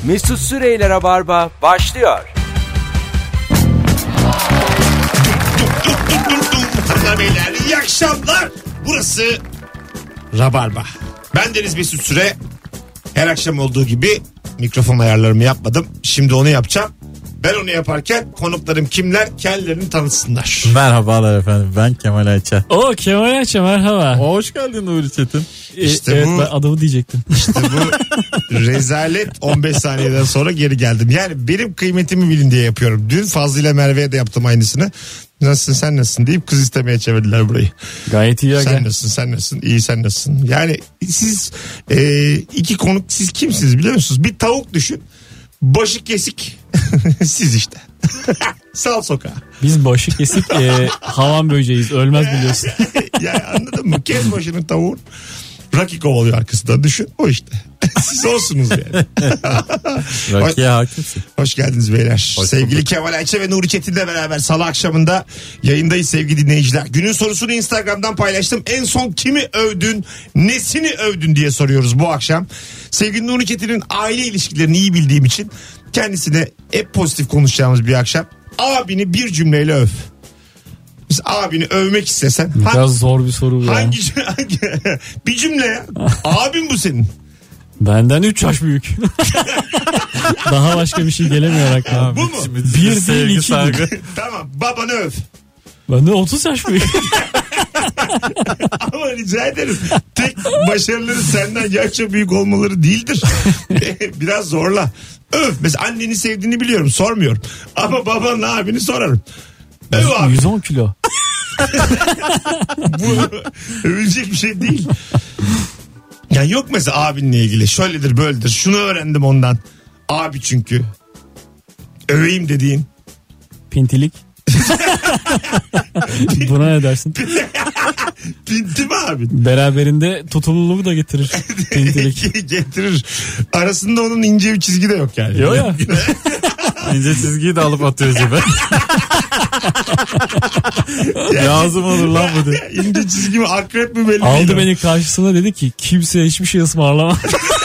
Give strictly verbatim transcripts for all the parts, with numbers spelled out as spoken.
Mesut Süreyler'e barba başlıyor. Hanımlar beyler iyi akşamlar. Burası Rabarba. Ben Deniz Mesut Süre. Her akşam olduğu gibi mikrofon ayarlarımı yapmadım. Şimdi onu yapacağım. Ben onu yaparken konuklarım kimler, kendilerini tanıtsınlar. Merhabalar efendim, ben Kemal Ayça. O Kemal Ayça merhaba. Hoş geldin Nuri Çetin. İşte evet, bu, ben adamı diyecektim. İşte bu rezalet on beş saniyeden sonra geri geldim. Yani benim kıymetimi bilin diye yapıyorum. Dün Fazlı ile Merve'ye de yaptım aynısını. Nasılsın sen nasılsın deyip kız istemeye çevirdiler burayı. Gayet iyi. Sen Aga. nasılsın sen nasılsın iyi sen nasılsın. Yani siz e, iki konuk siz kimsiniz biliyor musunuz? Bir tavuk düşün. Başı kesik. Siz işte. Sal sokağa. Biz başı kesik e, havan böceğiz. Ölmez biliyorsun. Yani anladın mı? Kes başının tavuğun. Rocky kovalıyor arkasından. Düşün o işte. Siz olsunuz yani. Rocky'ye hakimsin. Hoş geldiniz beyler. Hoş Sevgili bulduk. Kemal Ayça ve Nuri Çetin'le beraber salı akşamında yayındayız sevgili dinleyiciler. Günün sorusunu Instagram'dan paylaştım. En son kimi övdün, nesini övdün diye soruyoruz bu akşam. Sevgili Nuri Çetin'in aile ilişkilerini iyi bildiğim için kendisine hep pozitif konuşacağımız bir akşam. Abini bir cümleyle öv. Biz abini övmek istesen Biraz hangi, zor bir soru ya. hangi, hangi bir cümle ya. Abin bu senin. Benden üç yaş büyük. Daha başka bir şey gelemiyor aklıma. Bu mu? Bir değil iki değil. Tamam babanı öv. Benden otuz yaş büyük. Ama rica ederim. Tek başarıları senden yaşça büyük olmaları değildir. Biraz zorla. Öv. Mesela anneni sevdiğini biliyorum. Sormuyorum. Ama babanla abini sorarım. Öv abi. yüz on kilo. Bu övülecek bir şey değil. Ya yok mesela abinle ilgili. Şöyledir böyledir. Şunu öğrendim ondan. Abi çünkü. Öveyim dediğin. Pintilik. Buna ne dersin? Pinti mi abin? Beraberinde tutumluluğu da getirir. Pintilik. Getirir. Arasında onun ince bir çizgi de yok yani. Yok ya. İnce çizgiyi de alıp atıyor cebe. Lazım olur lan bu de. İnce çizgi mi akrep mi belli Aldı değil beni karşısına dedi ki kimseye hiçbir şey ısmarlama.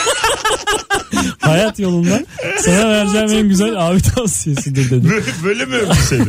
Hayat yolunda sana vereceğim en güzel abi tavsiyesidir dedi. Böyle, böyle mi övdü seni?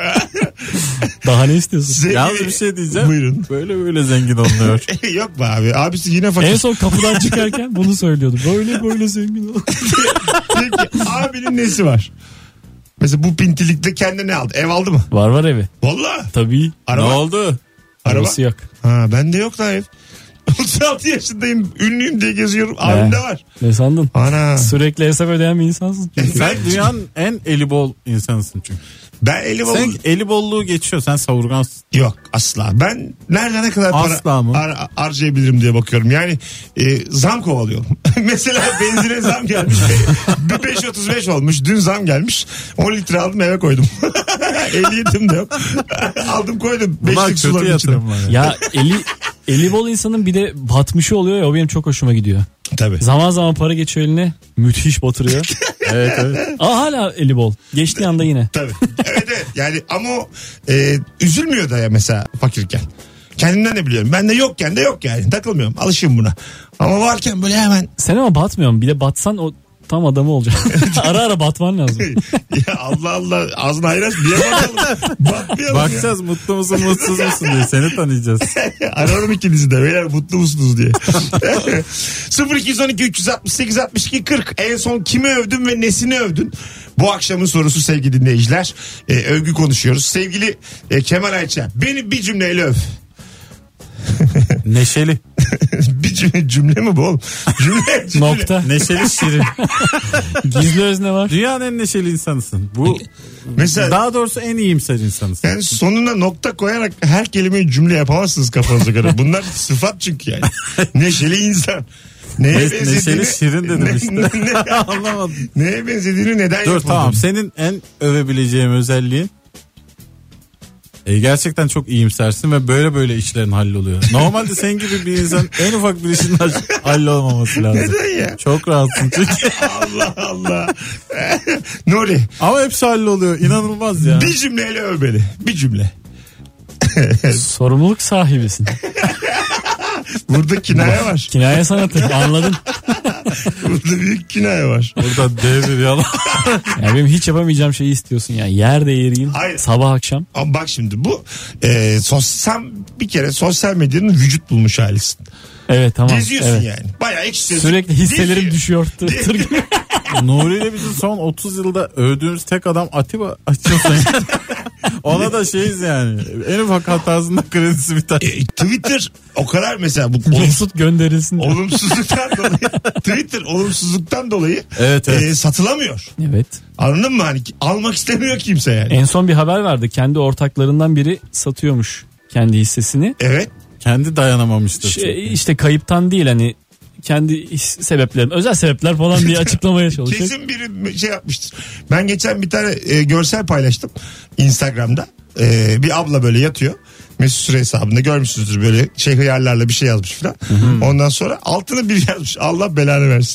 Daha ne istiyorsun? Sevgili- Yalnız bir şey diyeceğim. Buyurun. Böyle böyle zengin olunuyor. Yok be abi. Abisi yine fakir. En son kapıdan çıkarken bunu söylüyordu. Böyle böyle zengin ol. Peki abinin nesi var? Mesela bu pintilikte kendine ne aldı? Ev aldı mı? Var var evi. Valla. Tabii. Ne Araba. oldu? Araba. Arabası yok. Ha, bende yok da ev. otuz altı yaşındayım. Ünlüyüm diye geziyorum. Abimde var. Ne sandın? Ana. Sürekli hesap ödeyen bir insansın. Çünkü. Sen dünyanın en eli bol insanısın çünkü. Ben eli bol... Sen eli bolluğu geçiyor. Sen savurgansın. Yok asla. Ben nerede ne kadar para Asla mı? har- harcayabilirim diye bakıyorum. Yani e, zam kovalıyorum. Mesela benzine zam gelmiş. Bir beş otuz beş olmuş. Dün zam gelmiş. on litre aldım eve koydum. Ehliyetim de yok. Aldım koydum. Bunlar Beşlik kötü suların içine. yatırımlar. Yani. Ya eli eli bol insanın bir de batmışı oluyor ya, o benim çok hoşuma gidiyor. Tabii. Zaman zaman para geçiyor eline, müthiş batırıyor. Evet evet. Aa hala eli bol. Geçtiği anda yine. Tabii. Evet evet. Yani ama o e, üzülmüyor da ya mesela fakirken. Kendimden de biliyorum. Ben de yokken de yok yani. Takılmıyorum. Alışığım buna. Ama varken böyle hemen Sen ama batmıyorsun. Bir de batsan o tam adamı olacak. Ara ara batman lazım. ya Allah Allah ağzını hayır aç. Niye bakalım? Bakmayalım ya. Bakacağız mutlu musun mutsuz musun diye seni tanıyacağız. Ararım ikinizi de. Beyler mutlu musunuz diye. sıfır iki on iki üç altı sekiz altmış iki kırk en son kimi övdün ve nesini övdün? Bu akşamın sorusu sevgili dinleyiciler. Ee, övgü konuşuyoruz. Sevgili e, Kemal Ayça beni bir cümleyle öv. Neşeli. bir cümle, cümle mi bu oğlum? Cümle, cümle. Nokta. Neşeli şirin. Gizli özne var. Dünyanın en neşeli insanısın. Bu Mesela daha doğrusu en iyimser insanısın. yani sonuna nokta koyarak her kelimeyi cümle yapamazsınız kafanıza göre. Bunlar sıfat çünkü yani. Neşeli insan. Neye Ne- benzediğini, neşeli şirin dedim ne- işte. ne- ne- Anlamadım. neye benzediğini neden Dur yapıldığını. tamam, senin en övebileceğim özelliğin e, gerçekten çok iyimsersin ve böyle böyle işlerin halloluyor. Normalde sen gibi bir insan en ufak bir işin hallolmaması lazım. Neden ya? Çok rahatsın çünkü. Allah Allah. Nuri Ama hepsi halloluyor. İnanılmaz ya. bir cümleyle öv beni. Bir cümle. Sorumluluk sahibisin. Burada kinaye var. Kinaye sanatı, anladın. Burada büyük kinaya var. Burada dev bir yalan. Yani benim hiç yapamayacağım şeyi istiyorsun yani. Yer değireyim Hayır. sabah akşam. Ama bak şimdi bu e, sosyal bir kere sosyal medyanın vücut bulmuş halisin. Evet tamam. Geziyorsun evet. yani. Bayağı ekşiyorsun. Sürekli hisselerim Geziyor. düşüyor. Tır tır gibi. Nuri ile bizim son otuz yılda övdüğümüz tek adam Atiba açıyorsun. Ona da şeyiz yani. En ufak hatasında kredisi biter. E, Twitter o kadar mesela bu olumsuz, Mesut gönderilsin. olumsuzluktan dolayı Twitter olumsuzluktan dolayı Evet, evet. e, satılamıyor. Evet. Anladın mı? Hani almak istemiyor kimse yani. En son bir haber vardı. Kendi ortaklarından biri satıyormuş kendi hissesini. Evet. Kendi dayanamamıştır. Şey, işte kayıptan değil hani kendi sebeplerim, özel sebepler falan diye açıklamaya çalışacak. Kesin biri şey yapmıştır. Ben geçen bir tane e, görsel paylaştım Instagram'da. E, bir abla böyle yatıyor. Mesut Süre hesabında görmüşsünüzdür, böyle şey hıyarlarla bir şey yazmış falan. Ondan sonra altına bir yazmış. Allah belanı versin.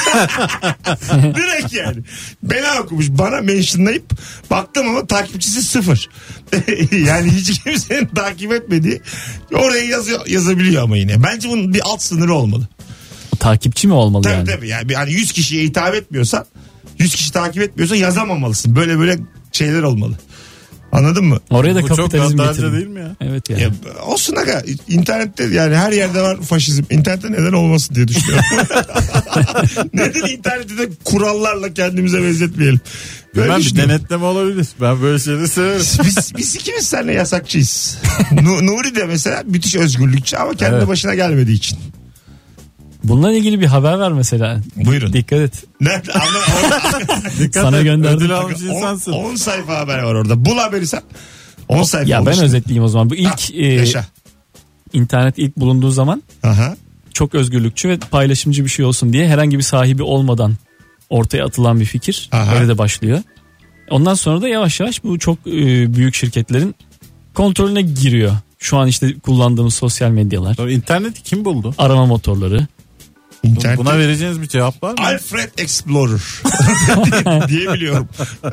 Direkt yani. Bela okumuş. Bana mentionlayıp baktım ama takipçisi sıfır. Yani hiç kimsenin takip etmediği oraya yazıyor, yazabiliyor ama yine. Bence bunun bir alt sınırı olmalı. Takipçi mi olmalı Tabii yani? tabii. Yani hani yüz kişiye hitap etmiyorsan, yüz kişi takip etmiyorsa yazamamalısın. Böyle böyle şeyler olmalı. Anladın mı? Oraya da Bu çok kapitalizm gaddarca getirdi. değil mi ya? Evet yani. Ya, olsun aga. İnternette yani her yerde var faşizm. İnternette neden olmasın diye düşünüyorum. Neden internette de kurallarla kendimize benzetmeyelim? Böyle Ben bir düşünüyorum. denetleme olabilir. Ben böyle şeyleri severim. Biz, biz ikimiz seninle yasakçıyız. Nu- Nuri de mesela müthiş özgürlükçü ama kendi Evet. başına gelmediği için. Bununla ilgili bir haber var mesela. Buyurun. Dikkat et. Nerede? Ama Dikkat Sana et, gönderdim. ödül almış insansın. on sayfa haber var orada. Bul haberi sen. on sayfa Ya ben olmuş. özetleyeyim o zaman. Bu ilk Ha, e, yaşa. internet ilk bulunduğu zaman Aha. çok özgürlükçü ve paylaşımcı bir şey olsun diye herhangi bir sahibi olmadan ortaya atılan bir fikir. Aha. Öyle de başlıyor. Ondan sonra da yavaş yavaş bu çok e, büyük şirketlerin kontrolüne giriyor. Şu an işte kullandığımız sosyal medyalar, Sonra interneti kim buldu? arama motorları. İnternet. Buna vereceğiniz bir cevap var mı? Alfred Explorer diye biliyorum.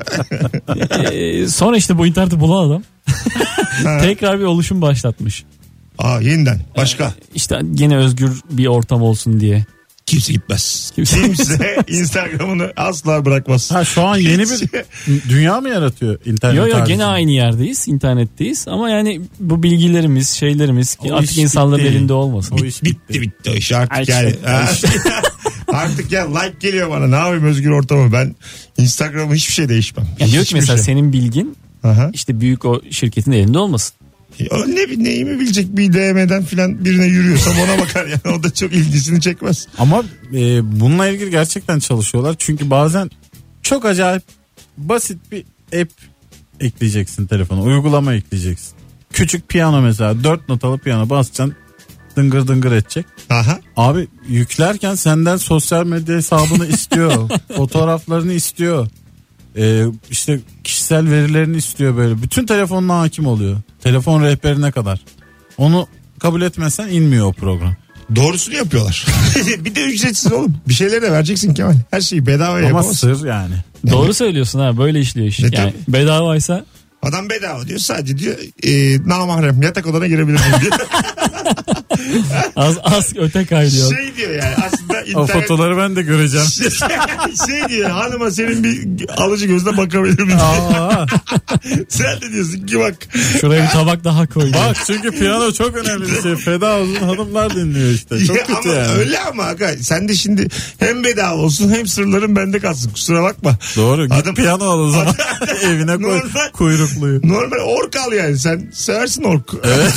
E, sonra işte bu interneti bulan adam tekrar bir oluşum başlatmış. Aa, yeniden. Başka. İşte yine özgür bir ortam olsun diye. Kimse gitmez. Kimse- Kimse Instagram'ını asla bırakmaz. Ha şu an yeni bir dünya mı yaratıyor internet? Yo yo haricinde? gene aynı yerdeyiz, internetteyiz ama yani bu bilgilerimiz, şeylerimiz ki O artık iş insanların bitti. elinde olmasın. O iş bitti. Bitti bitti o iş artık Ay, yani. şey, Ha. Artık ya like geliyor bana, ne yapayım özgür ortamı, ben Instagram'ı hiçbir şey değişmem. Yani diyor ki Hiçbir mesela şey. senin bilgin Aha. işte büyük o şirketin elinde olmasın. O ne, neyimi bilecek, bir D M'den filan birine yürüyorsam ona bakar yani, o da çok ilgisini çekmez. Ama e, bununla ilgili gerçekten çalışıyorlar. Çünkü bazen çok acayip basit bir app ekleyeceksin telefona. Uygulama ekleyeceksin. Küçük piyano mesela, dört notalı piyano basacaksın, dıngır dıngır edecek. Aha. Abi yüklerken senden sosyal medya hesabını istiyor. Fotoğraflarını istiyor. Ee, işte kişisel verilerini istiyor böyle. Bütün telefonuna hakim oluyor. Telefon rehberine kadar. Onu kabul etmezsen inmiyor o program. Doğrusunu yapıyorlar. Bir de ücretsiz oğlum. Bir şeyler de vereceksin Kemal. Her şeyi bedava Ama yapamazsın. sır yani. Doğru söylüyorsun ha, böyle işliyor iş. E, Yani tabii. bedavaysa Adam bedava diyor, sadece diyor e, namahrem yatak odana girebilir miyim diyor. az az öte kaydıyor. Şey diyor yani aslında O internet... fotoları ben de göreceğim. şey diyor, hanıma senin bir alıcı gözle bakabilir miyim? Aa, Sen de diyorsun ki bak. Şuraya bir tabak daha koy. bak çünkü piyano çok önemli bir şey. Feda olsun hanımlar dinliyor işte. Çok Ya kötü ama yani. öyle ama aga, sen de şimdi hem bedava olsun hem sırların bende kalsın, kusura bakma. Doğru. Git Adam- piyano al o zaman. Evine koy Normal- kuyrukluyu. Normal ork al yani, sen seversin ork. Evet.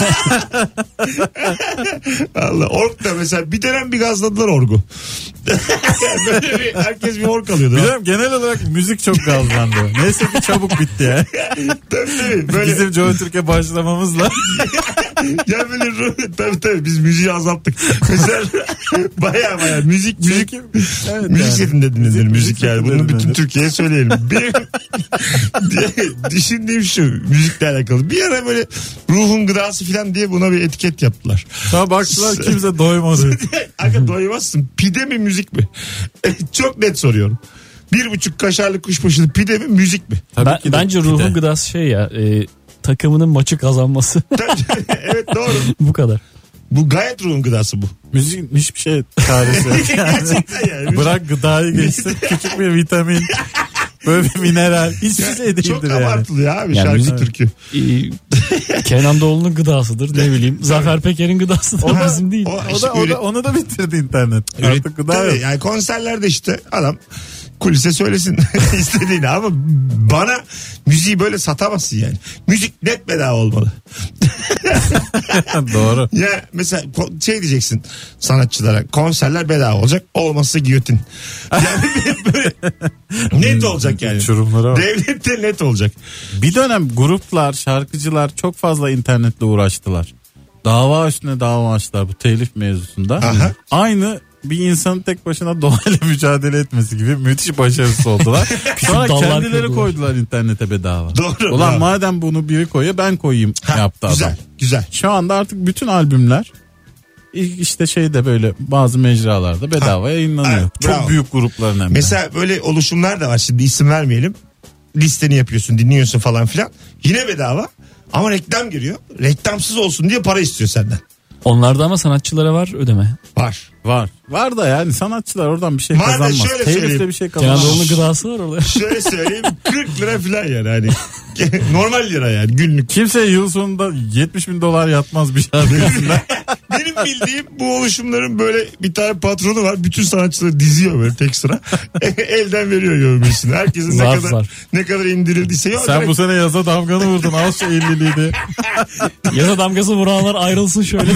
Allah, ork da mesela bir dönem bir gazladılar orgu. Böyle bir, herkes bir ork alıyordu. Biliyorum, genel olarak müzik çok gazlandı. Neyse ki çabuk bitti ya. Tabii tabii. Böyle, Bizim Joy Türkiye başlamamızla. ya böyle ru- tabii tabii biz müziği azalttık. Mesela baya baya müzik müzik Çünkü- evet müzik yani. setinde dinlenir müzik, müzik yani. setinde Bunu bütün dinlenir. Türkiye'ye söyleyelim. Benim diye- düşündüğüm şu müzikle alakalı. Bir ara böyle ruhun gıdası falan diye buna bir etiket yaptılar. Sonra baktılar kimse doymadı. Aga doymazsın. Pide mi müzik mi? Çok net soruyorum. Bir buçuk kaşarlı kuşbaşılı pide mi müzik mi? Tabii Ben- ki de bence pide. ruhun gıdası şey ya, e, takımının maçı kazanması. evet doğru. Bu kadar. Bu gayet ruhun gıdası bu. Müziğin hiçbir şey çaresi yok. Yani, Gerçekten yani. bırak gıdayı geçsin. Küçük bir vitamin. Böyle bir mineral. Hiçbir şey değildir Çok yani. abartılıyor abi Yani şarkı müzik- türkü. Ee, Kenan Doğulu'nun gıdasıdır ne bileyim. Zafer Peker'in gıdasıdır. O da- Bizim değil. o- O da, o da, onu da bitirdi internet. Üret- Artık gıda Tabii, yok. yani konserlerde işte adam kulise söylesin istediğini ama bana müziği böyle satamazsın yani. Müzik net bedava olmalı. Doğru. Ya mesela ko- şey diyeceksin sanatçılara, konserler bedava olacak, olmazsa giyotin. Yani böyle net olacak yani. Uçurumlara bak. Devlet de net olacak. Bir dönem gruplar, şarkıcılar çok fazla internetle uğraştılar. Dava üstüne dava açtılar bu telif mevzusunda. Aha. Aynı bir insanın tek başına doğayla mücadele etmesi gibi müthiş başarısı oldular. Sonra Dallar kendileri koydular. koydular internete bedava. Doğru, Ulan bravo. madem bunu biri koyuyor ben koyayım Ha, yaptı güzel, adam. güzel. Şu anda artık bütün albümler işte şeyde böyle bazı mecralarda bedava Ha, yayınlanıyor. evet, Çok bravo. büyük grupların hem de. Mesela böyle oluşumlar da var, şimdi isim vermeyelim. Listeni yapıyorsun, dinliyorsun falan filan. Yine bedava ama reklam giriyor. Reklamsız olsun diye para istiyor senden. Onlarda ama sanatçılara var ödeme. Var. Var. Var da yani sanatçılar oradan bir şey Madem kazanmaz. şöyle söyleyeyim. Telifle bir şey Kenan kazanmaz. Doğulu'nun gıdası var orada. Şöyle söyleyeyim, kırk lira falan yani hani. Normal lira yani günlük. Kimse yıl sonunda yetmiş bin dolar yatmaz bir şarkı yüzünden. Benim bildiğim bu oluşumların böyle bir tane patronu var. Bütün sanatçıları diziyor böyle tek sıra. Elden veriyor yövmesini. Herkesin ne Zar kadar zar. ne kadar indirildiyse. Yok, Sen direkt- bu sene yaza damganı vurdun al şu elliliği de. Yaza damgası vuranlar ayrılsın şöyle.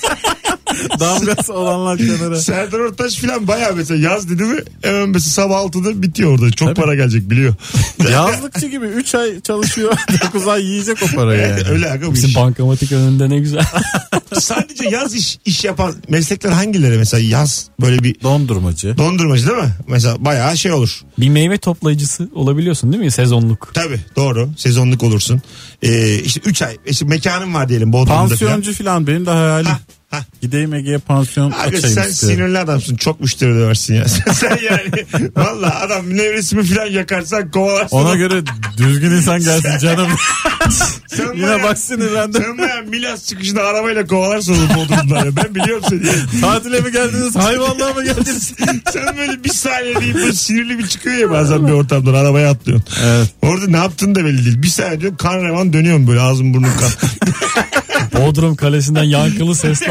Damgası olanlar kenara. Serdar Ortaç falan bayağı mesela yaz dedi mi hemen mesela sabah altıda bitiyor orada. Çok Tabii. para gelecek biliyor. Yazlıkçı gibi üç ay çalışıyor. dokuz ay yiyecek o parayı yani. Öyle aga bu Bizim iş. bankamatik önünde ne güzel. Sadece yaz iş, iş yapan meslekler hangileri mesela yaz böyle bir Dondurmacı. dondurmacı değil mi? Mesela bayağı şey olur. Bir meyve toplayıcısı olabiliyorsun değil mi? Sezonluk. Tabii doğru. Sezonluk olursun. Ee, işte üç ay. İşte mekanın var diyelim Bodrum'da falan. Pansiyoncu falan benim de hayalim. Ha, ha. Gideyim Ege'ye pansiyon Aga açayım sen istiyorum. sinirli adamsın. Çok müşteri döversin ya. sen yani valla adam nevresimi falan yakarsan kovalarsın. Ona göre düzgün insan gelsin canım. Sen Yine bayağı- bak sinirlendim. Sen bayağı Milas çıkışında arabayla kovalarsın onu Bodrum'da. ya. Ben biliyorum seni. ya. Tatile mi geldiniz hayvanlığa mı geldiniz? Sen böyle bir saniye deyip böyle sinirli bir çıkıyor ya bazen bir ortamdan arabaya atlıyorsun. Evet. Orada ne yaptığın da belli değil. Bir saniye diyorum kan revan dönüyorum böyle ağzım burnum kan. Bodrum Kalesi'nden yankılı sesler.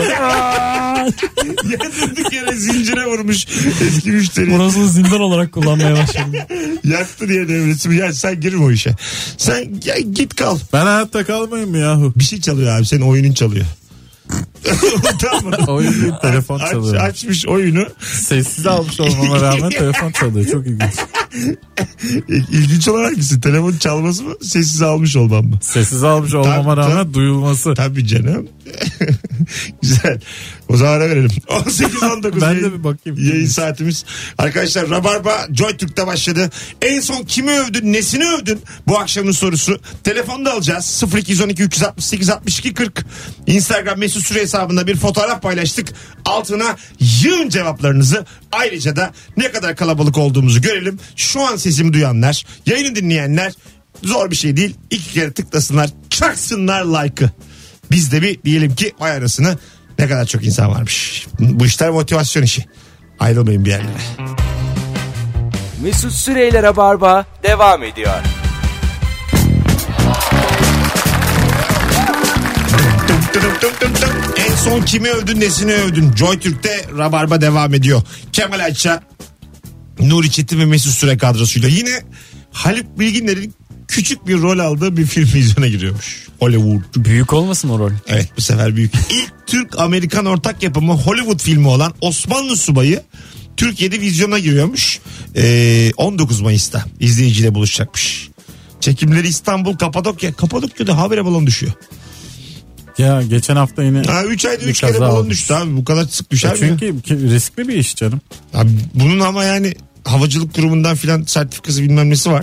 ya durduk yere zincire vurmuş eski müşteri. Burasını zindan olarak kullanmaya başladım. Yaktı diye devresim. Ya sen girme o işe. Sen ya git kal. Ben hayatta kalmayayım mı yahu? Bir şey çalıyor abi. Senin oyunun çalıyor. Tamam mı? Oyun değil telefon Aç- çalıyor. açmış oyunu. Sessiz almış olmama rağmen telefon çalıyor. Çok ilginç. İlginç olan hangisi? Telefonun çalması mı? Sessiz almış olmam mı? Sessiz almış olmama Tabii, rağmen tabii. duyulması. Tabii canım. Güzel. O zaman ara verelim. on sekiz on dokuz Ben de yayın- bir bakayım. Yayın saatimiz. Arkadaşlar Rabarba JoyTürk'te başladı. En son kimi övdün, nesini övdün? Bu akşamın sorusu. Telefonda alacağız. sıfır iki on iki üç altı sekiz altmış iki kırk. Instagram mesut süre hesabında bir fotoğraf paylaştık. Altına yığın cevaplarınızı. Ayrıca da ne kadar kalabalık olduğumuzu görelim. Şu an sesimi duyanlar, yayını dinleyenler zor bir şey değil. İki kere tıklasınlar, çaksınlar like'ı. Biz de bir diyelim ki vay arasını ne kadar çok insan varmış. Bu işler motivasyon işi. Ayrılmayın bir yerlere. Mesut Süreyler'e barba devam ediyor. Tık tık tık tık tık. En son kimi övdün, nesini övdün? JoyTürk'te Rabarba devam ediyor. Kemal Ayça, Nuri Çetin ve Mesut Süre kadrosuyla. Yine Haluk Bilginer'in küçük bir rol aldığı bir film vizyona giriyormuş. Hollywood. Büyük olmasın o rol? Evet, bu sefer büyük. İlk Türk-Amerikan ortak yapımı Hollywood filmi olan Osmanlı Subayı Türkiye'de vizyona giriyormuş. Ee, on dokuz Mayıs'ta izleyiciyle buluşacakmış. Çekimleri İstanbul, Kapadokya. Kapadokya'da habire balon düşüyor. Ya geçen hafta yine Ha, üç ayda bir üç kere kaza balon olmuş. düştü abi. Bu kadar sık düşer Ya mi? çünkü ki- riskli bir iş canım. Abi bunun ama yani havacılık kurumundan filan sertifikası bilmem nesi var.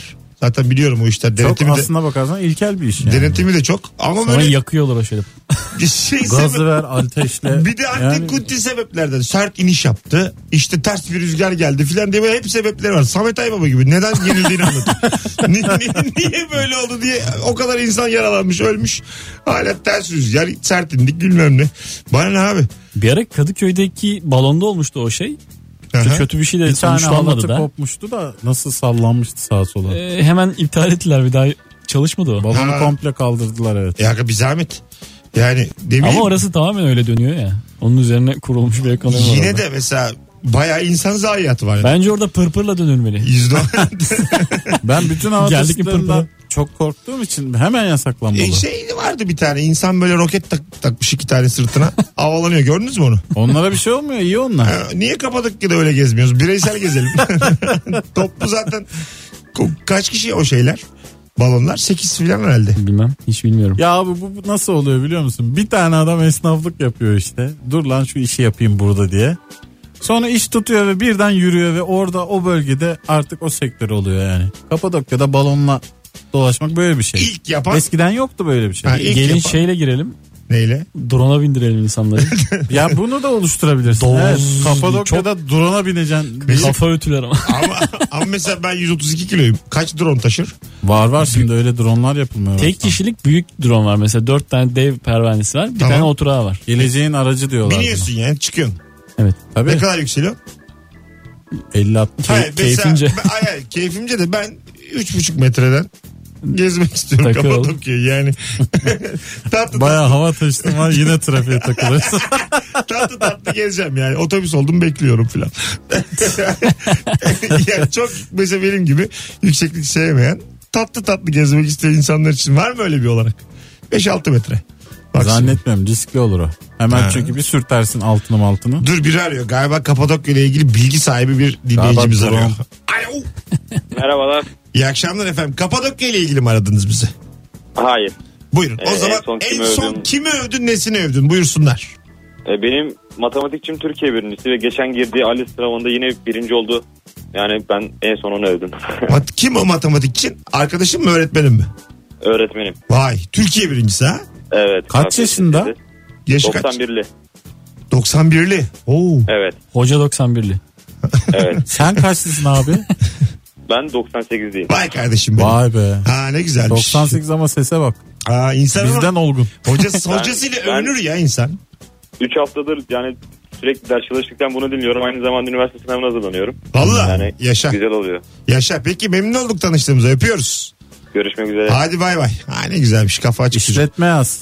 Zaten biliyorum o işler. Çok Denetimi de, aslına bakarsan ilkel bir iş yani. denetimi de çok. Ama Sonra böyle yakıyorlar o şöyle. şey Gazı sebep- ver, ateşle. bir de antin Yani- kuntin sebeplerden sert iniş yaptı. İşte ters bir rüzgar geldi filan diye böyle hep sebepleri var. Samet Aybaba gibi neden yenildiğini anlatıyor. niye, niye, niye böyle oldu diye o kadar insan yaralanmış ölmüş. Hala ters rüzgar sert indik bilmem ne. Bana ne abi? Bir ara Kadıköy'deki balonda olmuştu o şey. Aha. Kötü bir şey de Bir tane sonuçlanmadı halatı da. kopmuştu da nasıl sallanmıştı sağa sola. Ee, hemen iptal ettiler, bir daha çalışmadı o. Balonu Ha. komple kaldırdılar evet. Ya bir zahmet. Yani ne bileyim, Ama orası tamamen öyle dönüyor ya. Onun üzerine kurulmuş bir ekonomi var yine orada. de mesela bayağı insan zayiatı var. Bence orada pırpırla dönülmeli. Yüzde Ben bütün hava Geldik mi taşıtlarından pırpıra? çok korktuğum için hemen yasaklanmalı. E şey vardı bir tane insan böyle roket tak, takmış iki tane sırtına havalanıyor, gördünüz mü onu? Onlara bir şey olmuyor, iyi onlar. Ha, niye Kapadokya'da öyle gezmiyoruz? Bireysel gezelim. Toplu zaten Ko- kaç kişi o şeyler? Balonlar sekiz falan herhalde. Bilmem, hiç bilmiyorum. Ya abi bu bu nasıl oluyor biliyor musun? Bir tane adam esnaflık yapıyor işte. Dur lan şu işi yapayım burada diye. Sonra iş tutuyor ve birden yürüyor ve orada o bölgede artık o sektör oluyor yani. Kapadokya'da balonla dolaşmak böyle bir şey. İlk yapan Eskiden yoktu böyle bir şey. Ha, ilk Gelin yapan- şeyle girelim. neyle? Drone'a bindirelim insanları. Ya bunu da oluşturabilirsin. Doğru. Evet, Kapadokya'da drone'a bineceksin. Bir- Kafa ötüler ama. Ama, ama mesela ben yüz otuz iki kiloyum. Kaç drone taşır? Var var şimdi öyle drone'lar yapılmıyor. Tek kişilik büyük drone var. Mesela dört tane dev pervanesi var. Bir Tamam. tane oturağı var. Geleceğin aracı diyorlar. Biniyorsun yani çıkıyorsun. Evet. Tabii Ne kadar yükseliyor? elli altmış. Hayır, mesela- keyfince. Ben, hayır, keyfimce de ben üç buçuk metreden gezmek istiyorum Takıl. Kapadokya'yı yani. tatlı, Baya hava taşıtım var yine trafiğe takılırsın. tatlı tatlı gezeceğim yani. Otobüs oldum bekliyorum filan. Yani çok mesela benim gibi yükseklik sevmeyen tatlı tatlı gezmek isteyen insanlar için var mı öyle bir olarak? beş altı metre. Bak Zannetmiyorum riskli olur o. Hemen Ha. çünkü bir sürtersin altını altını. dur biri arıyor. Galiba Kapadokya ile ilgili bilgi sahibi bir dinleyicimiz Galiba arıyor. drone. Alo. Merhabalar. İyi akşamlar efendim. Kapadokya ile ilgili mi aradınız bizi? Hayır. Buyurun. O Ee, zaman en son en kimi son övdün? kimi övdün, nesini övdün? Buyursunlar. Ee, benim matematikçim Türkiye birincisi ve geçen girdiği ALES sınavında yine birinci oldu. Yani ben en son onu övdüm. Mat- Kim o matematikçin? Arkadaşım mı, öğretmenim mi? Öğretmenim. Vay. Türkiye birincisi ha? Evet. Kaç Kaç yaşında? Yaşı kaç? doksan birli. doksan birli. Oo. Evet. Hoca doksan birli. Evet. Sen kaçlısın abi? Ben doksan sekizliyim. Vay kardeşim benim. Vay be. Ha ne güzelmiş. doksan sekiz ama sese bak. Aa, insan Bizden ama olgun. hocası, hocasıyla ben- övünür ya insan. üç haftadır yani sürekli ders çalıştıktan bunu dinliyorum. Aynı zamanda üniversite sınavına hazırlanıyorum. Valla Yani yaşa. güzel oluyor. Yaşa. Peki memnun olduk tanıştığımıza. Öpüyoruz. Görüşmek üzere. Hadi bay bay. Ha ne güzelmiş, kafa açık. çocuk. İşletme yaz.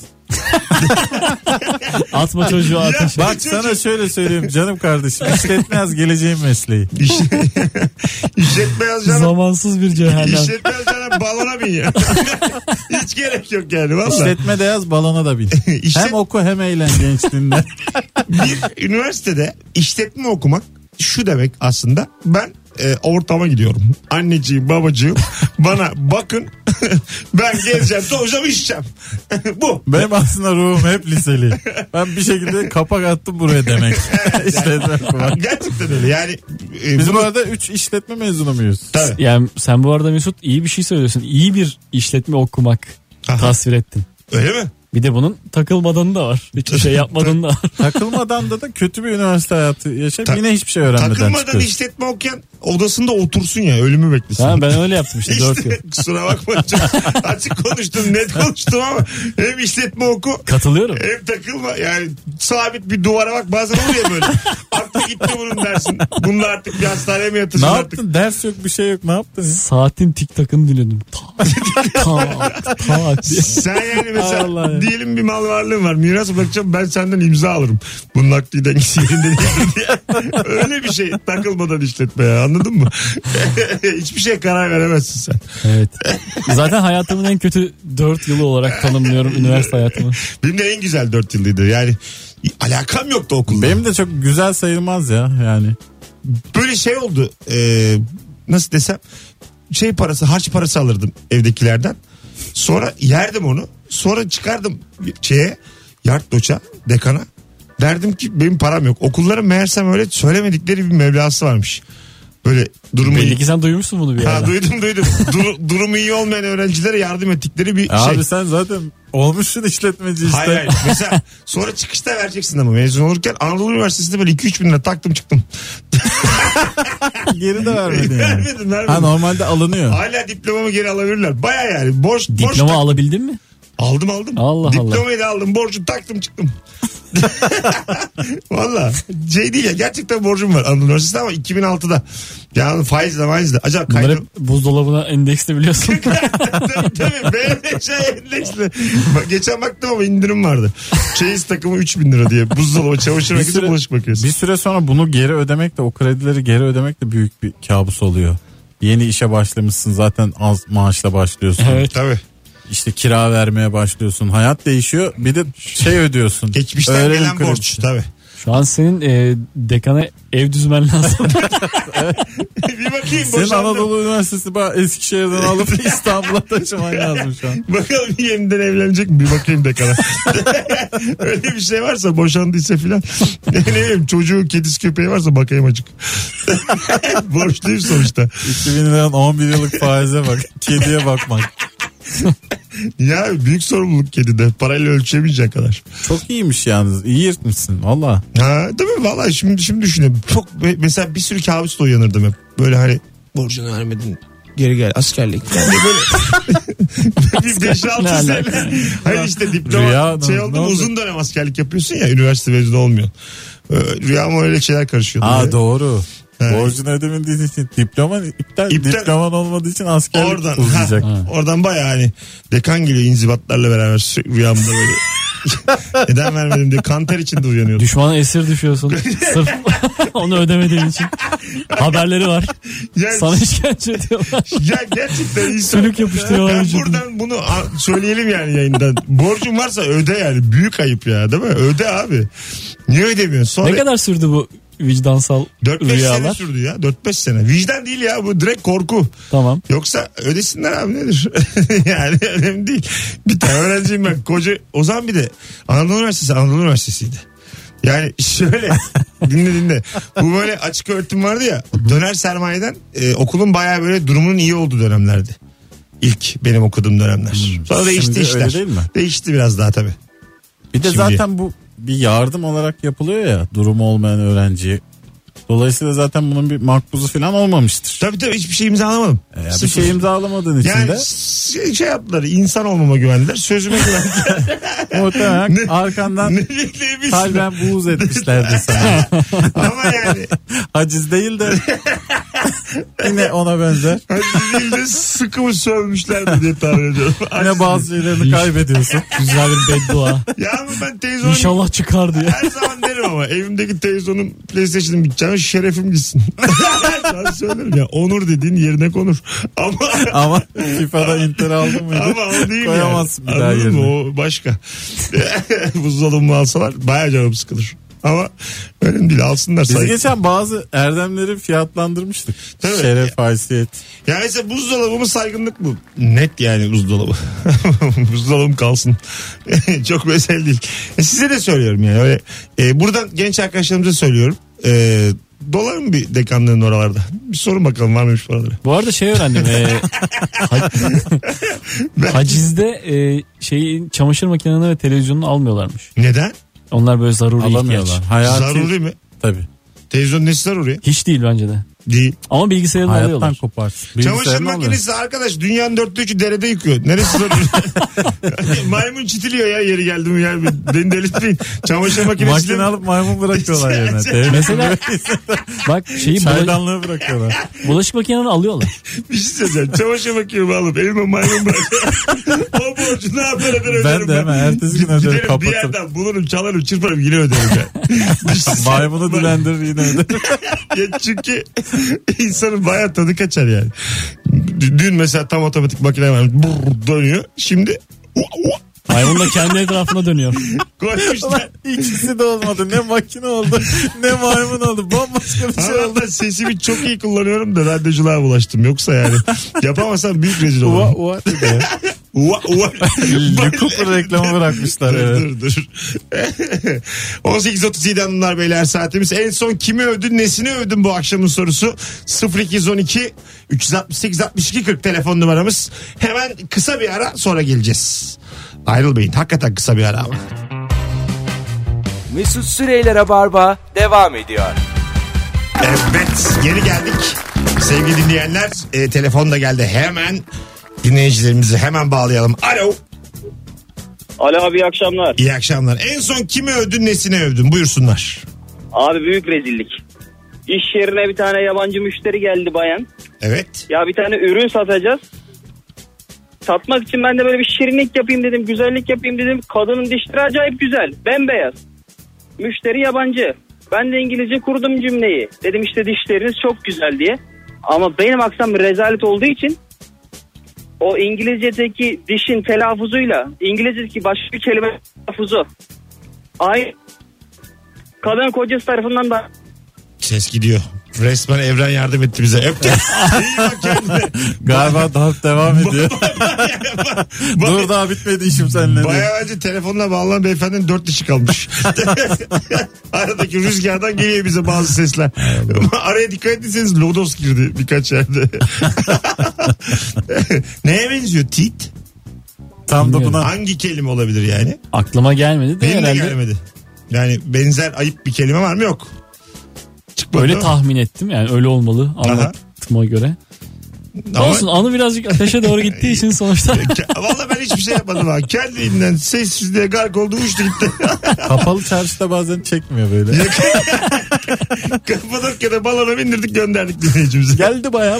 Atma çocuğu ateşe. Bak Çocuk. sana şöyle söyleyeyim canım kardeşim. İşletme yaz geleceğin mesleği. İş- İşletme yazacağına, Zamansız bir cehennem. işletme yazacağına balona bin ya. Hiç gerek yok yani valla. İşletme de yaz balona da bin. İşlet- Hem oku hem eğlen gençliğinde. Bir üniversitede işletme okumak şu demek aslında. Ben e, ortama gidiyorum. Anneciğim, babacığım bana bakın. Ben gezeceğim, tozacağım, içeceğim. Bu. Benim aslında ruhum hep liseli. Ben bir şekilde kapak attım buraya demek. İşletme okumak. Gerçekten öyle. Yani e, Biz bunu- bu arada üç işletme mezunu muyuz? Tabii. Yani sen bu arada Mesut iyi bir şey söylüyorsun. İyi bir işletme okumak Aha. tasvir ettin. Öyle mi? Bir de bunun takılmadanı da var. Hiçbir şey yapmadanı da var. Takılmadan da da kötü bir üniversite hayatı yaşayıp Ta- yine hiçbir şey öğrenmeden Takılmadan çıkıyoruz. işletme okuyan odasında otursun ya, ölümü beklesin. Ha, ben öyle yaptım işte dört yıl. İşte, kusura bakma çok açık konuştum, net konuştum ama hem işletme oku Katılıyorum. hem takılma, yani sabit bir duvara bak, bazen oluyor böyle. Aklı gitti bunun dersin. Bununla artık bir hastaneye mi Ne yatırsın artık? yaptın? Ders yok bir şey yok. Ne yaptın? Saatin tik takını dinledim. Tak tak tak diye. Sen yani mesela Allah ya. diyelim bir mal varlığın var, miras bırakacağım, ben senden imza alırım. Bunun aklı dengesi yerinde değil diye. Öyle bir şey, takılmadan işletme ya, anladın mı? Hiçbir şeye karar veremezsin sen. Evet. Zaten hayatımın en kötü dört yılı olarak tanımlıyorum üniversite hayatımı. Benim de en güzel dört yıllıydı yani. Alakam yoktu okulla. Benim de çok güzel sayılmaz ya yani. Böyle şey oldu, e, nasıl desem, şey parası, harç parası alırdım evdekilerden. Sonra yerdim onu. Sonra çıkardım bir şeye, yard doça, dekana. Derdim ki benim param yok. Okulların meğersem öyle söylemedikleri bir meblası varmış. Böyle durumu Belli iyi. ki sen duymuşsun bunu bir Ha, yerden. duydum duydum. Dur- durumu iyi olmayan öğrencilere yardım ettikleri bir E şey. Abi sen zaten olmuşsun işletmeci işte. Hayır hayır. Mesela sonra çıkışta vereceksin ama mezun olurken Anadolu Üniversitesi'nde böyle iki üç bin lira taktım çıktım. Geri de vermedin yani. vermedim vermedim. Ha normalde alınıyor. Hala diplomamı geri alabilirler. Baya yani borç. borç Diploma tak- alabildin mi? Aldım aldım. Allah Allah. Diplomayı da aldım. Borcu taktım çıktım. Valla şey değil ya, gerçekten borcum var Anadolu Üniversitesi'nde ama iki bin altıda. Yani faizle faizle. Acaba Bunları kaydım. hep buzdolabına endeksli biliyorsun. tabii tabii. Benim şey endeksli. Bak, geçen baktım ama indirim vardı. Çeyiz takımı üç bin lira diye. Buzdolabı, çamaşır makinesi, süre- bulaşık makinesi. Bir süre sonra bunu geri ödemek de o kredileri geri ödemek de büyük bir kabus oluyor. Yeni işe başlamışsın zaten az maaşla başlıyorsun. Evet. Tabii. İşte kira vermeye başlıyorsun. Hayat değişiyor. Bir de şey ödüyorsun. Geçmişten Öğrenim gelen borç. kredisi. Tabii. Şu an senin e, dekana ev düzmen lazım. Bir bakayım Senin boşandım. Anadolu Üniversitesi bana Eskişehir'den alıp İstanbul'a taşıman lazım şu an. Bakalım yeniden evlenecek mi? Bir bakayım dekana. Öyle bir şey varsa, boşandıysa filan. Ne bileyim, çocuğu, kedisi, köpeği varsa bakayım acık. Borçluyum sonuçta. iki bin liranın on bir yıllık faize bak. Kediye bakmak. Ya büyük sorumluluk kedide. Parayla ölçemeyecek kadar. Çok iyiymiş yalnız. İyi yırtmışsın valla. Ha, değil mi? Vallahi şimdi, şimdi düşünüyorum. Çok mesela bir sürü kabusla uyanırdım hep. Böyle hani borcunu vermedin, geri gel askerlik. Yani böyle bir beş Ne altı alaka? sene. Hayır işte diploma Rüya, şey ne- oldu ne mu, oldu? uzun dönem askerlik yapıyorsun ya, üniversite mezunu olmuyor. Ee, Rüyama öyle şeyler karışıyordu. Aa Böyle. doğru. Evet. Borcunu ödemediğin için diploman iptal, İptal. diploman olmadığı için askerlik Oradan, uzayacak. ha, oradan bayağı hani dekan geliyor inzibatlarla beraber sürekli rüyamda böyle. Neden vermedim diye kanter içinde uyanıyordum. Düşmana esir düşüyorsun. Sırf onu ödemediğin için. Haberleri var. Yani, Sana işkence ediyorlar. ya gerçekten insan. Sülük yapıştırıyorlar Ben vücuduna. buradan bunu a- söyleyelim yani yayından. Borcun varsa öde yani. Büyük ayıp ya, değil mi? Öde abi. Niye ödemiyorsun? Sonra Ne kadar sürdü bu vicdansal dört beş sene rüyalar? sürdü ya. dört beş sene. Vicdan değil ya, bu direkt korku. Tamam. Yoksa ödesinler abi, nedir? Yani önemli değil. Bir tane öğrenciyim ben. Koca, o zaman bir de Anadolu Üniversitesi Anadolu Üniversitesi'ydi. Yani şöyle dinle dinle. Bu böyle açık öğretim vardı ya. Döner sermayeden e, okulun bayağı böyle durumunun iyi olduğu dönemlerdi. İlk benim okuduğum dönemler. Sonra değişti Şimdi işler. öyle değil mi? Değişti biraz daha tabii. Bir de Şimdi- zaten bu bir yardım olarak yapılıyor ya durumu olmayan öğrenciye. Dolayısıyla zaten bunun bir makbuzu falan olmamıştır. Tabii tabii, hiçbir şey imzalamadım. E ya bir Sıfır. şey imzalamadığın için Yani de şey, şey yaptılar, insan olmama güvendiler, sözüme güvendiler. muhtemelen Ne- arkandan ne bekleyebilsinler. kalben buğz etmişlerdi sana. Ama yani Haciz değil de yine ona benzer. hani değil de sıkı mı sövmüşlerdi diye tahmin ediyorum. Yine bazı şeylerini kaybediyorsun. Güzel bir beddua. Ya ama ben televizyon İnşallah çıkar diye. her zaman derim ama evimdeki televizyonun PlayStation'ın biteceğine şerefim gitsin. Ben söylerim ya, onur dediğin yerine konur. Ama Ama FIFA'da Inter aldın mıydı? ama o değil Koyamazsın yani. bir daha Anladın mı? yerine. O başka. Buzdolabımı alsalar bayağı canım sıkılır. Ama önemli değil, alsınlar Biz saygı. geçen bazı erdemleri fiyatlandırmıştık. Tabii. Şeref, haysiyet. Ya mesela buzdolabı mı saygınlık mı? Net yani buzdolabı. Buzdolabım kalsın. Çok mesele değil. E size de söylüyorum yani. Öyle, e, buradan genç arkadaşlarımıza söylüyorum. E, dolar mı bir dekanlığın oralarda? Bir sorun bakalım, var mıymış paraları? Bu arada şey öğrendim. E, ha- hacizde e, şeyi çamaşır makineni ve televizyonunu almıyorlarmış. Neden? Onlar böyle zaruri ihtiyaç. Alamıyorlar. Hayati, Zaruri mi? Tabii. Televizyon nesi zaruri? Hiç değil bence de. Değil. Ama bilgisayarını Hayattan alıyorlar. koparsın. Çamaşır Bilgisayarını alıyor. makinesi arkadaş dünyanın dörtte üçü derede yıkıyor. Neresi zaruri? Maymun çitiliyor ya, yeri geldi mi ya. Beni delirtmeyin. Çamaşır makinesi. Makine alıp maymun bırakıyorlar yerine. Mesela bak şeyi bula- Çaydanlığı bırakıyorlar. bulaşık makineni alıyorlar. Bir şey söyleyeceğim. Çamaşır makinemi alıp elime maymun bırakıyorum. O borcu ne yapar eder öderim. Ben de hemen ertesi gün öderim, Giderim bir kapatırım. yerden bulurum, çalarım, çırparım, yine öderim ya. Düşünsene. Maymunu dilendirir yine öderim. Ya çünkü insanın bayağı tadı kaçar yani. Dün mesela tam otomatik makine var. Brrr dönüyor. Şimdi Maymun da kendi etrafına dönüyor. koymuşlar. İkisi de olmadı. Ne makine oldu ne maymun oldu. Bambaşka bir şey oldu. Ama sesimi çok iyi kullanıyorum da radyoculuğa bulaştım. Yoksa yani yapamasam büyük rezil Ua olurum. ua dedi. Uva, uva. Le Cooper reklamı bırakmışlar. Dur Evet. dur dur. on sekiz otuz yedi hanımlar beyler saatimiz. En son kimi övdün, nesini övdün bu akşamın sorusu. sıfır iki on iki üç altı sekiz altmış iki kırk telefon numaramız. Hemen kısa bir ara, sonra geleceğiz. Ayrılmayın, hakikaten kısa bir ara ama. Mesut Süreyler'e barba devam ediyor. Evet, geri geldik. Sevgili dinleyenler, e, telefon da geldi. Hemen dinleyicilerimizi hemen bağlayalım. Alo. Alo abi, iyi akşamlar. İyi akşamlar. En son kimi övdün, nesine övdün? Buyursunlar. Abi büyük rezillik. İş yerine bir tane yabancı müşteri geldi bayan. Evet. Ya bir tane ürün satacağız. Satmak için ben de böyle bir şirinlik yapayım dedim. Güzellik yapayım dedim. Kadının dişleri acayip güzel. Bembeyaz. Müşteri yabancı. Ben de İngilizce kurdum cümleyi. Dedim işte dişleriniz çok güzel diye. Ama benim aksam bir rezalet olduğu için o İngilizce'deki dişin telaffuzuyla İngilizce'deki başka bir kelime telaffuzu aynı. Kadın kocası tarafından da Ses gidiyor. Resmen evren yardım etti bize. Öptüm. İyi bak kendine. Galiba daha devam ediyor. Dur daha bitmedi işim seninle. Bayağı önce telefonla bağlanan beyefendinin dört dişi kalmış. Aradaki rüzgardan geliyor bize bazı sesler. Araya dikkat etseniz lodos girdi birkaç yerde. Neye benziyor? Tit? Tam da buna. Hangi kelime olabilir yani? Aklıma gelmedi de Benim de herhalde. gelmedi. Yani benzer ayıp bir kelime var mı? Yok. Çıkmadı Öyle mı? tahmin ettim, yani öyle olmalı anlatıma göre. Ama- Olsun, anı birazcık ateşe doğru gittiği için sonuçta. Valla ben hiçbir şey yapmadım ha. Kendiliğinden sessizliğe gark oldu, uçtu gitti. Kapalı çarşıda bazen çekmiyor böyle. Kapadokya'da balona bindirdik, gönderdik dinleyicimizi. Geldi bayağı.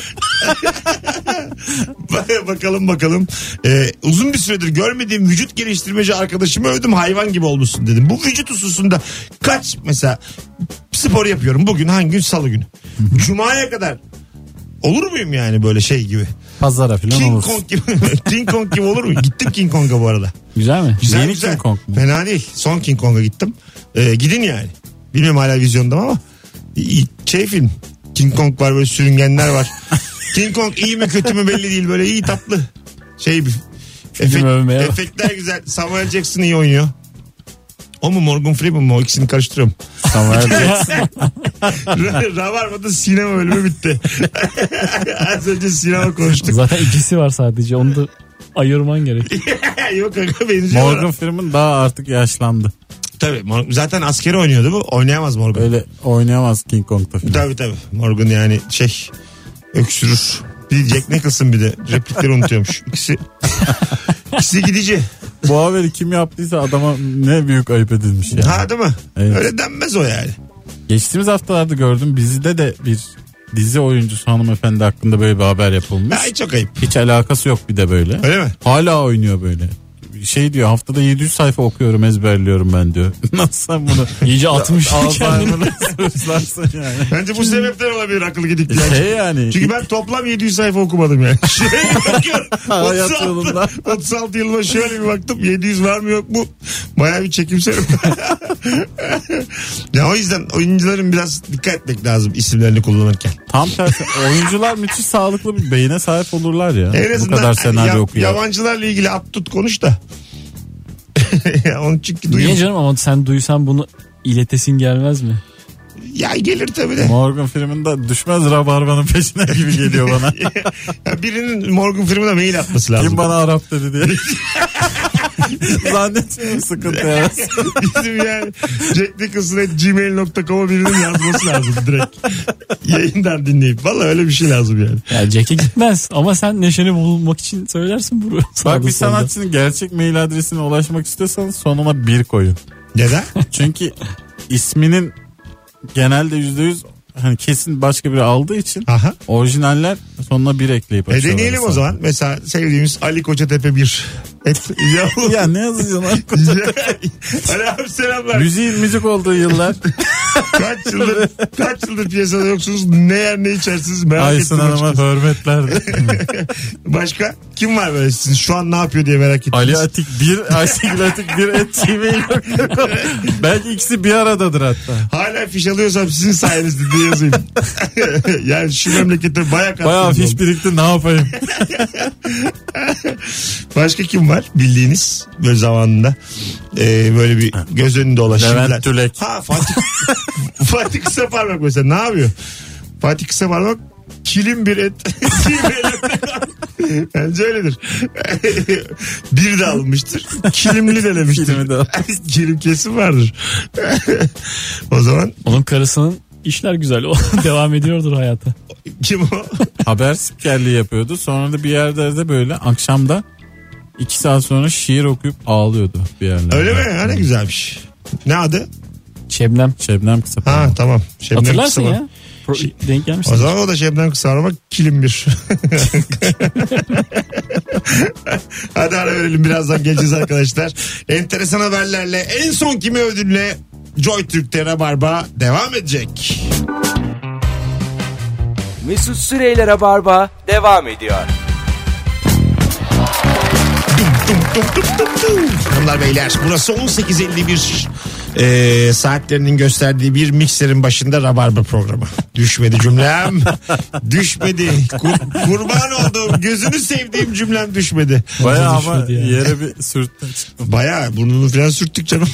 bakalım bakalım. Ee, uzun bir süredir görmediğim vücut geliştirmeci arkadaşımı övdüm, hayvan gibi olmuşsun dedim. Bu vücut hususunda kaç mesela spor yapıyorum bugün, hangi gün? Salı günü. Cuma'ya kadar olur muyum yani böyle şey gibi? Pazara falan King olursun. Kong gibi. King Kong gibi olur mu? Gittim King Kong'a bu arada. Güzel mi? Güzel, Yeni güzel. King Kong mu? Fena değil. Son King Kong'a gittim. Ee, gidin yani. Bilmiyorum hala vizyonda ama. İyi, şey film. King Kong var, böyle sürüngenler var. King Kong iyi mi kötü mü belli değil. Böyle iyi tatlı. Şey bir. Efekt, övmeye bak. efektler güzel. Samuel Jackson iyi oynuyor. O mu Morgan Freeman mı? O ikisini karıştırıyorum. Samuel Jackson. Rabarba'da sinema bölümü bitti. Az önce sinema konuştuk. Zaten ikisi var sadece, onu da ayırman gerek. Yok kanka, benziyor. Morgan Freeman daha artık yaşlandı. Tabii Mor- zaten askeri oynuyordu bu. Oynayamaz Morgan. Öyle oynayamaz King Kong'da falan. Tabii tabii. Morgan yani şey öksürür. Bir Jack Nicholson bir de replikleri unutuyormuş. İkisi, ikisi gidici. Bu haberi kim yaptıysa adama ne büyük ayıp edilmiş ya. Ha değil mi? Evet. Öyle denmez o yani. Geçtiğimiz haftalarda gördüm, bizde de bir dizi oyuncusu hanımefendi hakkında böyle bir haber yapılmış. Ay çok ayıp. Hiç alakası yok bir de böyle. Öyle mi? Hala oynuyor böyle. Şey diyor, haftada yedi yüz sayfa okuyorum, ezberliyorum ben diyor. Nasıl sen bunu? İyice atmış kendini. Alzheimer'ı sözlersin yani. Bence bu sebepten olabilir akıllı gidikler. Şey yani. Çünkü ben toplam yedi yüz sayfa okumadım yani. Şöyle bakıyorum. Hayat otuz altı, yolunda. otuz altı yılıma şöyle bir baktım. yedi yüz var mı yok mu? Bayağı bir çekimserim. Ya o yüzden oyuncuların biraz dikkat etmek lazım isimlerini kullanırken. Tam tersi, oyuncular müthiş sağlıklı bir beyine sahip olurlar ya. En Bu azından kadar senaryo ya- okuyor. yabancılarla ilgili at tut konuş da. Ya onun çünkü Niye duyum. canım, ama sen duysan bunu iletesin gelmez mi? Ya gelir tabii de. Morgan filminde düşmez rabarbanın peşine gibi geliyor bana. Ya birinin Morgan Freeman'a mail atması lazım. Kim bana Arap dedi diye. Zannetmiyorum sıkıntı ya. Bizim yani Jack Nicholson'a gmail nokta com'a birinin yazması lazım direkt. Yayından dinleyip. Valla öyle bir şey lazım yani. Ya Jack'e gitmez ama sen neşeni bulmak için söylersin bunu. Bak, Sağda bir solda. sanatçının gerçek mail adresine ulaşmak istiyorsanız sonuna bir koyun. Neden? Çünkü isminin genelde yüzde yüz hani kesin başka biri aldığı için Aha. orijinaller sonuna bir ekleyip E açıyorlar. deneyelim o hesabı. zaman. Mesela sevdiğimiz Ali Koçatepe bir Et, ya, Ya ne yazacaksın lan? Ali abi selamlar. Müziğin müzik olduğu yıllar. Kaç yıldır, kaç yıldır piyasada yoksunuz? Ne yer ne içersiniz merak Aysun ettim. Hanım'a açıkçası. hürmetler. Başka kim var böyle sizin şu an ne yapıyor diye merak ettim. Ali Atik bir, Ayşegül Atik bir et gmail nokta com. Belki ikisi bir aradadır hatta. Hala fiş alıyorsam sizin sayenizde diye yazayım. Yani şu memlekette bayağı katkınız Bayağı fiş oldu. birikti, ne yapayım? Başka kim var bildiğiniz böyle zamanında ee, böyle bir göz önünde olan Levent şimdiler. Tülek. Ha Fatih Fatih Kısaparmak mesela ne yapıyor? Fatih Kısaparmak kilim bir et. Bence öyledir. Bir de alınmıştır. Kilimli de demiştir. Kilimi de al. Kilim kesin vardır. O zaman Onun karısının işler güzel. O devam ediyordur hayata. kim o? Haber spikerliği yapıyordu. Sonra da bir yerde de böyle akşamda iki saat sonra şiir okuyup ağlıyordu bir yerlerde. Öyle mi? Ha ne güzelmiş. Ne adı? Şebnem. Şebnem kısa. Ha tamam. Şebnem Hatırlarsın Kısaparmak. ya. Pro- denk gelmişsin. O zaman o da Şebnem Kısaparmak kilim bir. Hadi ara verelim, birazdan geleceğiz arkadaşlar. Enteresan haberlerle en son kimi övdünle Joy Türk'te Rabarba devam edecek. Mesut Süreyler'e barba devam ediyor. Hanımlar beyler, burası on sekiz elli bir e, saatlerinin gösterdiği bir mikserin başında Rabarba programı. Düşmedi cümlem. Düşmedi. Kur- kurban olduğum, gözünü sevdiğim cümlem düşmedi. Baya ama Düşmedi yani. yere bir sürttün çıktım. Bayağı burnunu falan sürttük canım.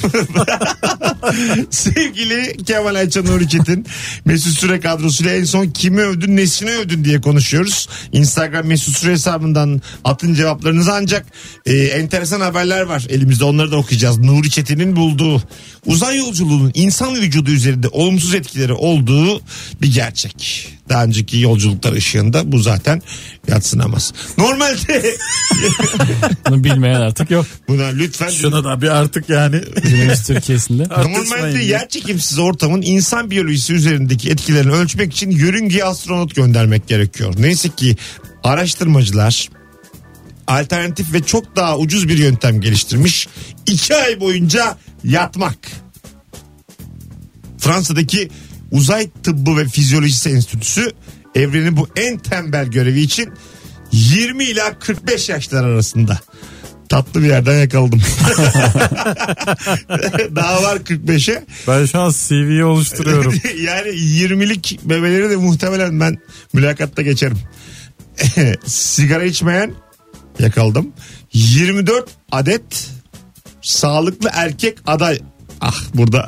Sevgili Kemal Ayça Nuri Çetin, Mesut Süre kadrosuyla en son kimi övdün, nesini övdün diye konuşuyoruz. Instagram Mesut Süre hesabından atın cevaplarınızı, ancak e, enteresan haberler var elimizde, onları da okuyacağız. Nuri Çetin'in bulduğu uzay yolculuğunun insan vücudu üzerinde olumsuz etkileri olduğu bir gerçek. Daha önceki yolculuklar ışığında bu zaten yadsınamaz. Normalde Bunu bilmeyen artık yok. buna lütfen Şuna da bir artık yani. Günümüz Türkiye'sinde. normalde Tartışmayın. yerçekimsiz ortamın insan biyolojisi üzerindeki etkilerini ölçmek için yörüngeye astronot göndermek gerekiyor. Neyse ki araştırmacılar alternatif ve çok daha ucuz bir yöntem geliştirmiş. İki ay boyunca yatmak. Fransa'daki Uzay Tıbbı ve Fizyolojisi Enstitüsü evrenin bu en tembel görevi için yirmi ila kırk beş yaşlar arasında. Tatlı bir yerden yakaladım. Daha var kırk beşe. Ben şu an C V'yi oluşturuyorum. Yani yirmilik bebeleri de muhtemelen ben mülakatta geçerim. Sigara içmeyen yakaladım. yirmi dört adet sağlıklı erkek aday. Ah burada.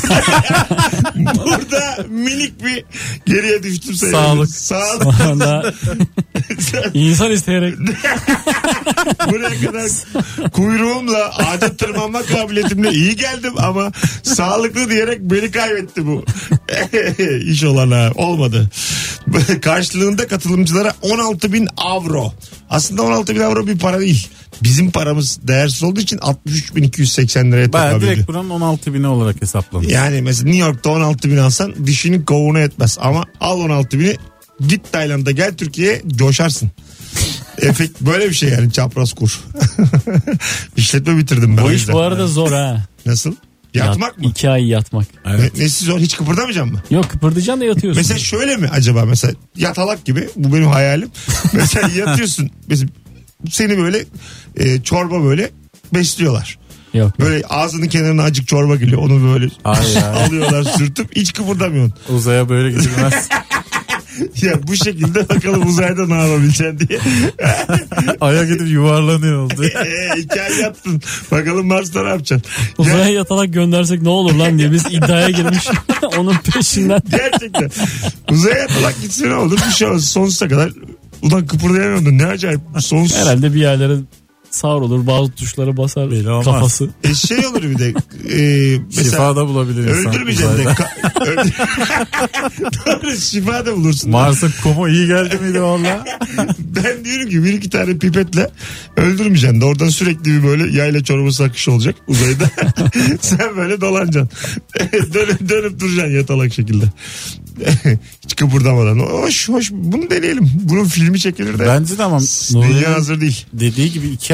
Burada minik bir geriye düştüm sayılır. Sağlık. Sağlık. Daha insan isteyerek Buraya kadar kuyruğumla ağaca tırmanma kabiliyetimle iyi geldim ama sağlıklı diyerek beni kaybetti bu. İş olan ha. Olmadı. Karşılığında katılımcılara on altı bin avro. Aslında on altı bin avro bir para değil. Bizim paramız değersiz olduğu için altmış üç bin iki yüz seksen liraya Baya tekabül ediyor. direkt buranın on altı bini olarak hesaplanır. Yani mesela New York'ta on altı bin alsan dişinin kovuğuna etmez. Ama al on altı bini, git Tayland'a, gel Türkiye'ye, coşarsın. Efekt böyle bir şey yani, çapraz kur. İşletme bitirdim ben. bu o iş yüzden. bu arada zor ha. Nasıl? Yatmak Yat- mı? İki ay yatmak. Evet. Ne, nesi zor? Hiç kıpırdamayacağım mı? Yok, kıpırdayacaksın da yatıyorsun. Mesela şöyle mi acaba, mesela yatalak gibi, bu benim hayalim. Mesela yatıyorsun, mesela seni böyle e, çorba böyle besliyorlar. Yok. Böyle ağzının kenarına acık çorba geliyor, onu böyle Hayır, hayır. alıyorlar sürtüp, hiç kıpırdamıyorsun. Uzaya böyle gidilmez. Ya bu şekilde bakalım uzayda ne yapabileceksin diye. Aya gidip yuvarlanıyor oldu. Eee iki ay yattın. Bakalım Mars'ta ne yapacaksın? Uzaya yatalak göndersek ne olur lan diye biz iddiaya girmiş. Onun peşinden. Gerçekten. Uzaya yatalak gitse ne olur? Bir şey olsun. Sonsuza kadar. Ulan kıpırdayamıyordun. Ne acayip. Sonsuz. Herhalde bir yerlere sağır olur, bazı tuşlara basar Belli olmaz. kafası. E şey olur bir de. E, mesela Şifa da bulabilir insan. öldürmeyeceksin de. uzayda. Ka- öldür- Doğru, şifa da bulursun. Mars'ın kumu iyi geldi miydi valla? Ben diyorum ki bir iki tane pipetle öldürmeyeceksin de, oradan sürekli bir böyle yayla çorbası akışı olacak uzayda. Sen böyle dolanacaksın. dönüp, dönüp duracaksın yatalak şekilde. Hiç kıpırdamadan. Hoş hoş, bunu deneyelim. Bunun filmi çekilir de. Bence de ama Dünya Nuri'nin hazır değil. dediği gibi iki ay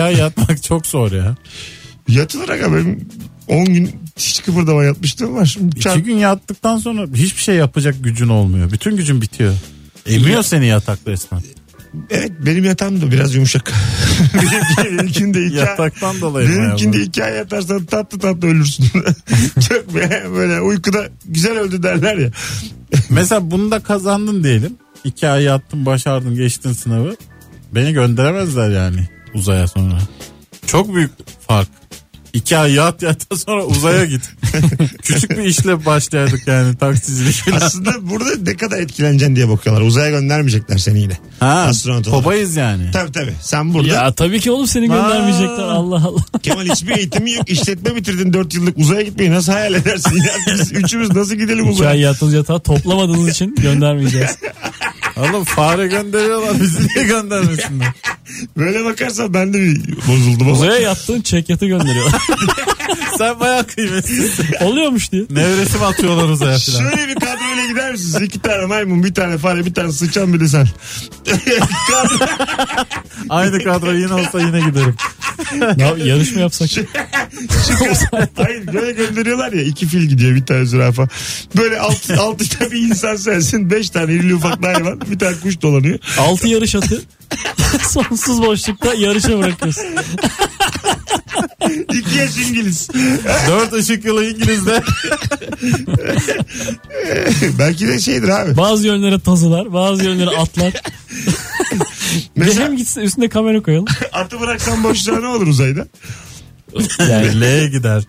ay yatmak çok zor ya. Yatılır aga, benim on gün hiç kıpırdama yatmışlığım var. Şimdi çarp... İki gün yattıktan sonra hiçbir şey yapacak gücün olmuyor. Bütün gücün bitiyor. Emiyor seni yatakta resmen. Evet, benim yatağım da biraz yumuşak. Benimkinde iki Yataktan dolayı mı? Benimkinde iki ay yatarsan tatlı tatlı ölürsün. Çok böyle uykuda güzel öldü derler ya. Mesela bunu da kazandın diyelim. İki ay yattın, başardın, geçtin sınavı. Beni gönderemezler yani uzaya sonra. Çok büyük fark. İki ay yat yattan sonra uzaya git. Küçük bir işle başlayardık yani, taksicilik falan. Aslında burada ne kadar etkileneceksin diye bakıyorlar. Uzaya göndermeyecekler seni yine. Ha, astronot olarak. Babayız yani. Tabii tabii. Sen burada. Ya tabii ki oğlum, seni göndermeyecekler. Aa. Allah Allah. Kemal hiçbir eğitimi yok. İşletme bitirdin dört yıllık, uzaya gitmeyi nasıl hayal edersin? Ya biz üçümüz nasıl gidelim İki uzaya? ay yattığınız yatağı toplamadığınız için göndermeyeceğiz. Oğlum fare gönderiyorlar, bizi niye göndermesinler? Böyle bakarsan ben de bir bozuldum. Uzaya yattığın çek yatı gönderiyorlar. Sen bayağı kıymetlisin. Oluyormuş diye. Nevresi mi atıyorlar uzaya falan? Şöyle bir kadroyla gider misiniz? İki tane maymun, bir tane fare, bir tane sıçan, bir de sen. Kadro... Aynı kadro yine olsa yine giderim. Ya, yarış mı yapsak? Hayır, böyle gönderiyorlar ya, iki fil gidiyor, bir tane zürafa. Böyle altı, altı tane bir insan sensin, beş tane irili ufak hayvan, bir tane kuş dolanıyor. Altı yarış atı sonsuz boşlukta yarışa bırakıyorsun. İki yaş İngiliz. Dört ışık yılı İngiliz'de. Belki de şeydir abi. Bazı yönlere tazılar, bazı yönlere atlar. Mesela Hem gitsin, üstünde kamera koyalım. atı bıraksan boşluğa ne olur uzayda? Yani L'ye gider.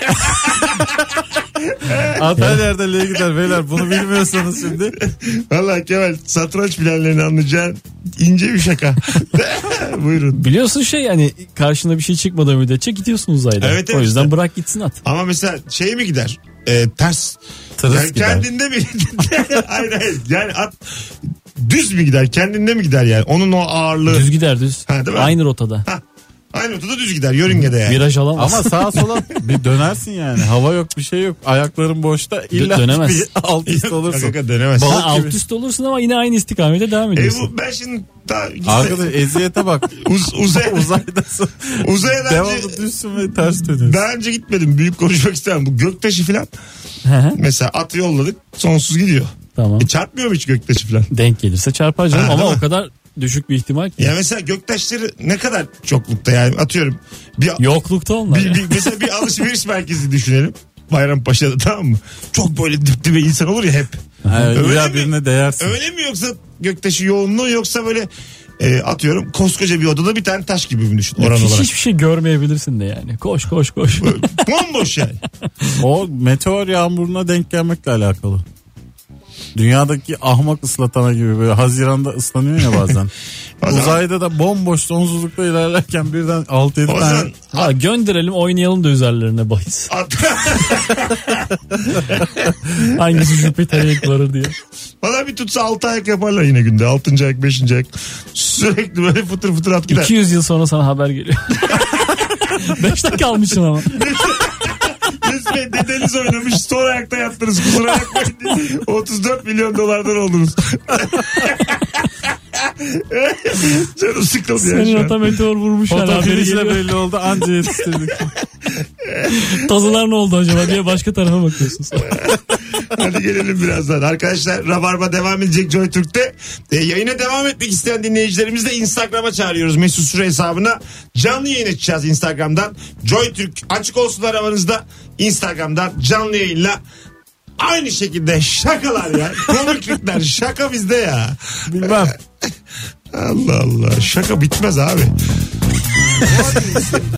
At her yerde L'ye gider beyler, bunu bilmiyorsanız şimdi. Vallahi Kemal, satranç bilenlerini anlayacağın ince bir şaka. Buyurun. biliyorsun şey, yani karşına bir şey çıkmadığı müddetçe gidiyorsun uzayda. Evet, evet, o yüzden işte. bırak gitsin at. Ama mesela şey mi gider? Ee, ters. Tırıs Yani gider. kendinde mi? Hayır hayır. Yani at düz mü gider? Kendinde mi gider yani? Onun o ağırlığı. Düz gider düz. Ha, değil mi? Aynı rotada. Ha, aynı ortada düz gider. Yörüngede yani. Viraj alamaz. Ama sağa sola bir dönersin yani. Hava yok, bir şey yok. Ayakların boşta. İlla dönemez. bir alt üst olursun. Kanka dönemez. Balık Ha, alt gibi. üst olursun ama yine aynı istikamete devam E ediyorsun. bu, ben şimdi daha Arkadaş eziyete bak. Uz, uzaya, Uzaydasın. uzaya daha önce, Devamlı düşsün ve ters dönüyorsun. daha önce gitmedim. Büyük konuşmak istemem. Bu göktaşı falan. Hı hı, Mesela atı yolladık. Sonsuz gidiyor. tamam. E çarpmıyor mu hiç göktaşı falan? Denk gelirse çarpar canım, Ha, ama değil mi? o kadar düşük bir ihtimal ki. Ya mesela göktaşları ne kadar çoklukta yani, atıyorum. Bir, Yoklukta onlar. bir, bir, mesela bir alışveriş merkezi düşünelim. Bayrampaşa'da, tamam mı? Çok böyle dip dibe insan olur ya hep. Evet, Öyle ya mi? birine değersin. Öyle mi, yoksa göktaşı yoğunluğu, yoksa böyle e, atıyorum koskoca bir odada bir tane taş gibi mi düşün oran Hiç, olarak? hiçbir şey görmeyebilirsin de yani. Koş koş koş. Bomboş yani. O meteor yağmuruna denk gelmekle alakalı. Dünyadaki ahmak ıslatana gibi böyle Haziran'da ıslanıyor ya bazen. O zaman- Uzayda da bomboş sonsuzlukta ilerlerken birden altı yedi O tane. zaman Ha, gönderelim, oynayalım da üzerlerine bahis. at, Hangisi Jüpiter'e ilk varır diye. bana bir tutsa altı ayak yaparlar yine günde. Altıncı ayak, beşinci ayak. Sürekli böyle fıtır fıtır at gider. iki yüz yıl sonra sana haber geliyor. Beşte kalmışım ama. Mesut Bey, dedeniz oynamış, son ayakta yattınız, kusura bakmayın. otuz dört milyon dolardan oldunuz. Canım sıkıldı ya Senin şu an. ata meteor vurmuş. Yani haberi Fotofinişle geliyor. belli oldu, anca yetiştirdik. Tazılar ne oldu acaba diye başka tarafa bakıyorsun sonra. Hadi gelelim birazdan. Arkadaşlar, Rabarba devam edecek Joy Türk'te. E, yayına devam etmek isteyen dinleyicilerimizi de Instagram'a çağırıyoruz. Mesut Süre hesabına. Canlı yayın açacağız Instagram'dan. Joy Türk açık olsun arabanızda. Instagram'dan canlı yayınla. Aynı şekilde şakalar ya. Komiklikler, şaka bizde ya. Bilmem. Allah Allah. Şaka bitmez abi.